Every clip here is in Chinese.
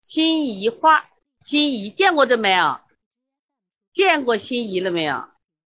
辛夷花，辛夷见过这没有？见过辛夷了没有？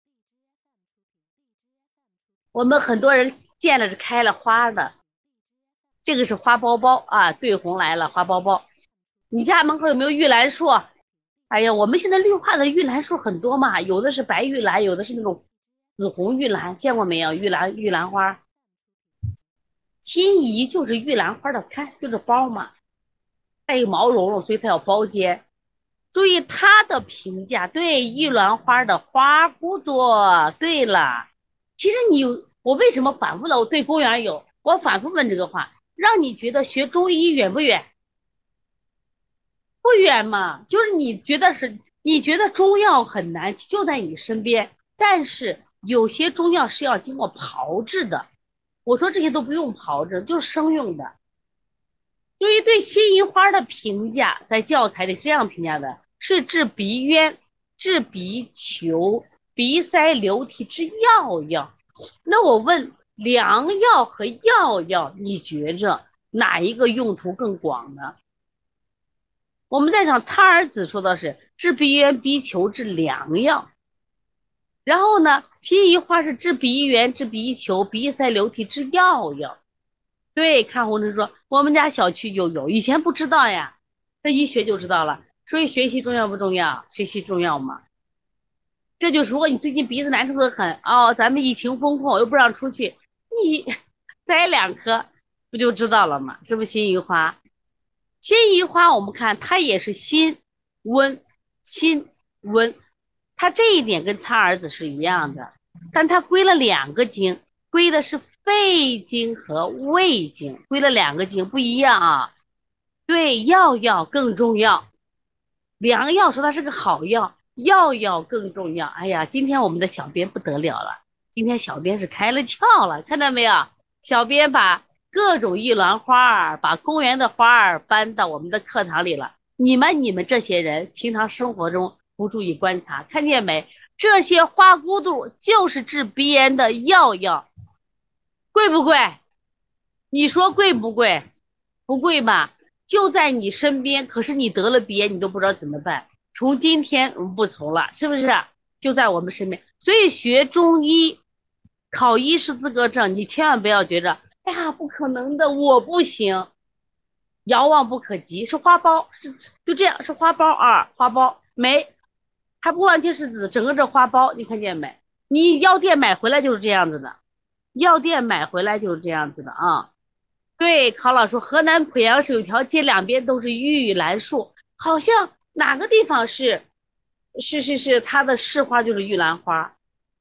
我们很多人见了是开了花的，这个是花包包啊，对红来了，花包包。你家门口有没有玉兰树？哎呀，我们现在绿化的玉兰树很多嘛，有的是白玉兰，有的是那种紫红玉兰，见过没有？玉兰花，辛夷就是玉兰花的，看就是包嘛，带有毛茸茸，所以它要包尖。注意它的评价，对玉兰花的花骨朵。对了，其实我为什么反复了？我对公园有，我反复问这个话，让你觉得学中医远不远？不远嘛，就是你觉得中药很难，就在你身边，但是有些中药是要经过炮制的。我说这些都不用炮制，就是生用的。所以对辛夷花的评价，在教材里这样评价的：是治鼻渊、治鼻裘、鼻塞流涕之要药。那我问，良药和药药，你觉着哪一个用途更广呢？我们在讲擦儿子说的是治鼻渊、鼻裘治良药，然后呢，辛夷花是治鼻源、治鼻裘、鼻塞流涕之要药。对，看红尘说，我们家小区有，以前不知道呀，这一学就知道了。所以学习重要不重要？学习重要嘛。这就是如果你最近鼻子难受的很哦，咱们疫情封控又不让出去，你摘2颗不就知道了吗？是不是辛夷花？辛夷花我们看它也是辛温辛温，它这一点跟擦儿子是一样的，但它归了2个经，归的是肺经和胃经，归了2个经不一样啊。对，药更重要，良药说它是个好药，药更重要。哎呀，今天我们的小编不得了了，今天小编是开了窍了，看到没有？小编把各种玉兰花儿，把公园的花儿搬到我们的课堂里了。你们这些人平常生活中不注意观察，看见没？这些花骨朵就是治鼻炎的药，贵不贵？你说贵不贵？不贵吧？就在你身边，可是你得了鼻炎，你都不知道怎么办。从今天我们不从了，是不是？就在我们身边。所以学中医，考医师资格证，你千万不要觉着，哎呀，不可能的，我不行，遥望不可及。是花苞，就这样，是花苞啊，花苞没，还不完全是指整个这花苞，你看见没？你药店买回来就是这样子的，药店买回来就是这样子的啊。对，考老师，河南濮阳市有条街，两边都是玉兰树，好像哪个地方是它的市花就是玉兰花，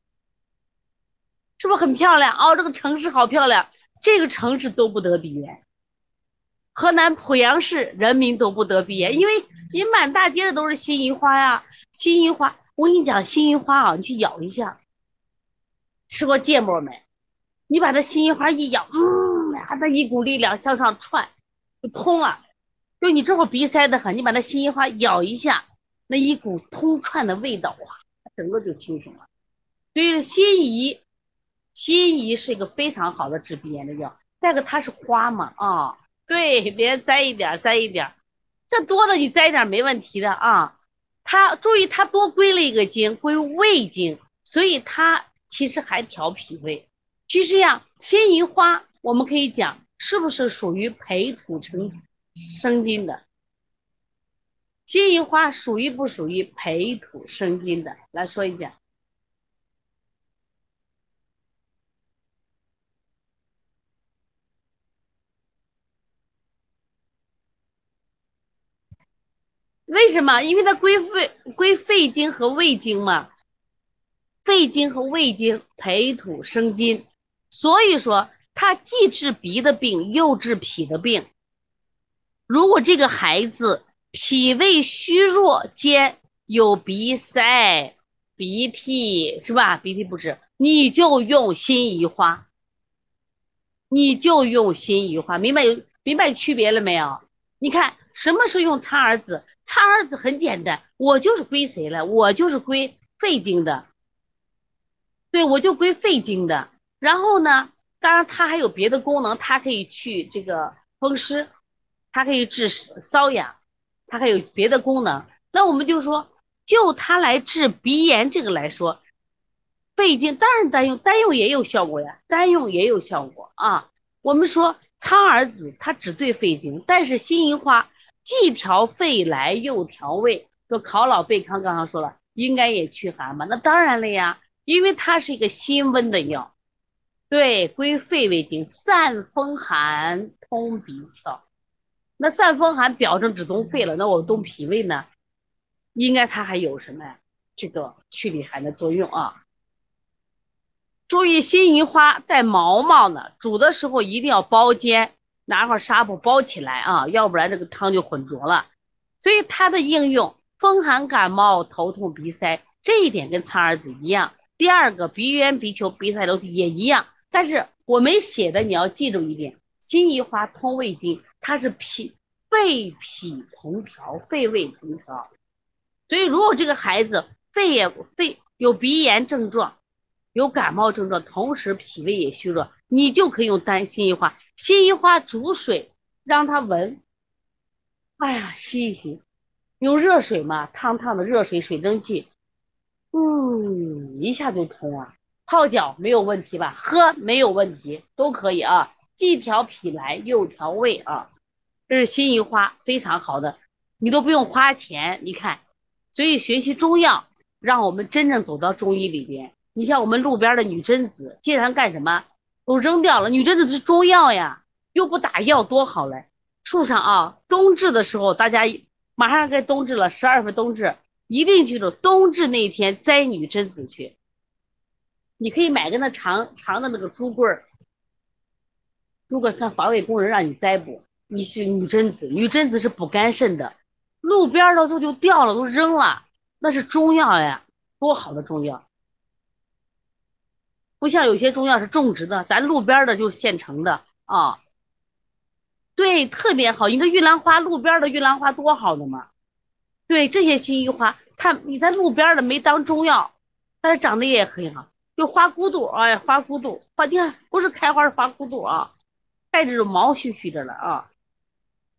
是不是很漂亮？哦，这个城市好漂亮，这个城市都不得鼻炎，河南濮阳市人民都不得鼻炎，因为你满大街的都是辛夷花呀，辛夷花，我跟你讲，辛夷花啊，你去咬一下，吃过芥末没？你把它辛夷花一咬，它一股力量向上窜，就通了。就你这会鼻塞的很，你把那辛夷花咬一下，那一股通窜的味道，哇，整个就清醒了。所以辛夷是一个非常好的治鼻炎的药。再一个它是花嘛，啊，对，别人摘一点，摘一点，这多的你摘一点没问题的啊。它注意，它多归了一个经，归胃经，所以它其实还调脾胃。其实呀，辛夷花我们可以讲是不是属于培土生金的？辛夷花属于不属于培土生金的？来说一下。为什么？因为它归肺经和胃经嘛，肺经和胃经培土生金，所以说它既治鼻的病，又治脾的病。如果这个孩子脾胃虚弱兼有鼻塞、鼻涕是吧？鼻涕不止，你就用辛夷花，明白区别了没有？你看什么时候用擦儿子？擦儿子很简单，我就是归谁了？我就是归肺经的，对，我就归肺经的。然后呢，当然它还有别的功能，它可以去这个风湿，它可以治瘙痒， 它还有别的功能。那我们就说，就它来治鼻炎这个来说，肺经当然单用也有效果呀，单用也有效果啊。我们说苍耳子它只对肺经，但是辛夷花既调肺来又调胃。说考老贝康刚刚说了，应该也驱寒嘛？那当然了呀，因为它是一个辛温的药，对，归肺胃经，散风寒，通鼻窍。那散风寒表证只动肺了，那我动脾胃呢？应该它还有什么呀？这个去里寒的作用啊。注意辛夷花带毛毛呢，煮的时候一定要包煎，拿块纱布包起来啊，要不然这个汤就浑浊了。所以它的应用，风寒感冒、头痛、鼻塞，这一点跟苍耳子一样。第二个，鼻炎、鼻球、鼻塞流涕也一样。但是我没写的，你要记住一点，辛夷花通胃经，它是肺脾同调，肺胃同调。所以如果这个孩子肺有鼻炎症状，有感冒症状，同时脾胃也虚弱，你就可以用辛夷花。辛夷花煮水，让他闻，哎呀，吸一吸，用热水嘛，烫烫的热水水蒸气，一下就通啊。泡脚没有问题吧？喝没有问题，都可以啊，既调脾来又调胃啊。这是辛夷花非常好的，你都不用花钱，你看。所以学习中药，让我们真正走到中医里边。你像我们路边的女贞子，经常干什么？都扔掉了。女贞子是中药呀，又不打药，多好嘞！树上啊，冬至的时候，大家马上该冬至了，12月份冬至，一定记住，冬至那天摘女贞子去。你可以买个那长长的那个竹棍儿，如果看环卫工人让你摘补，你是女贞子，女贞子是补肝肾的。路边的都就掉了，都扔了，那是中药呀，多好的中药！不像有些中药是种植的，咱路边的就是现成的啊。对，特别好。你的玉兰花，路边的玉兰花多好的嘛。对，这些辛夷花，你在路边的没当中药，但是长得也很好。就花骨朵，哎，花骨朵，你看不是开花是花骨朵啊，带这种毛絮絮的了啊。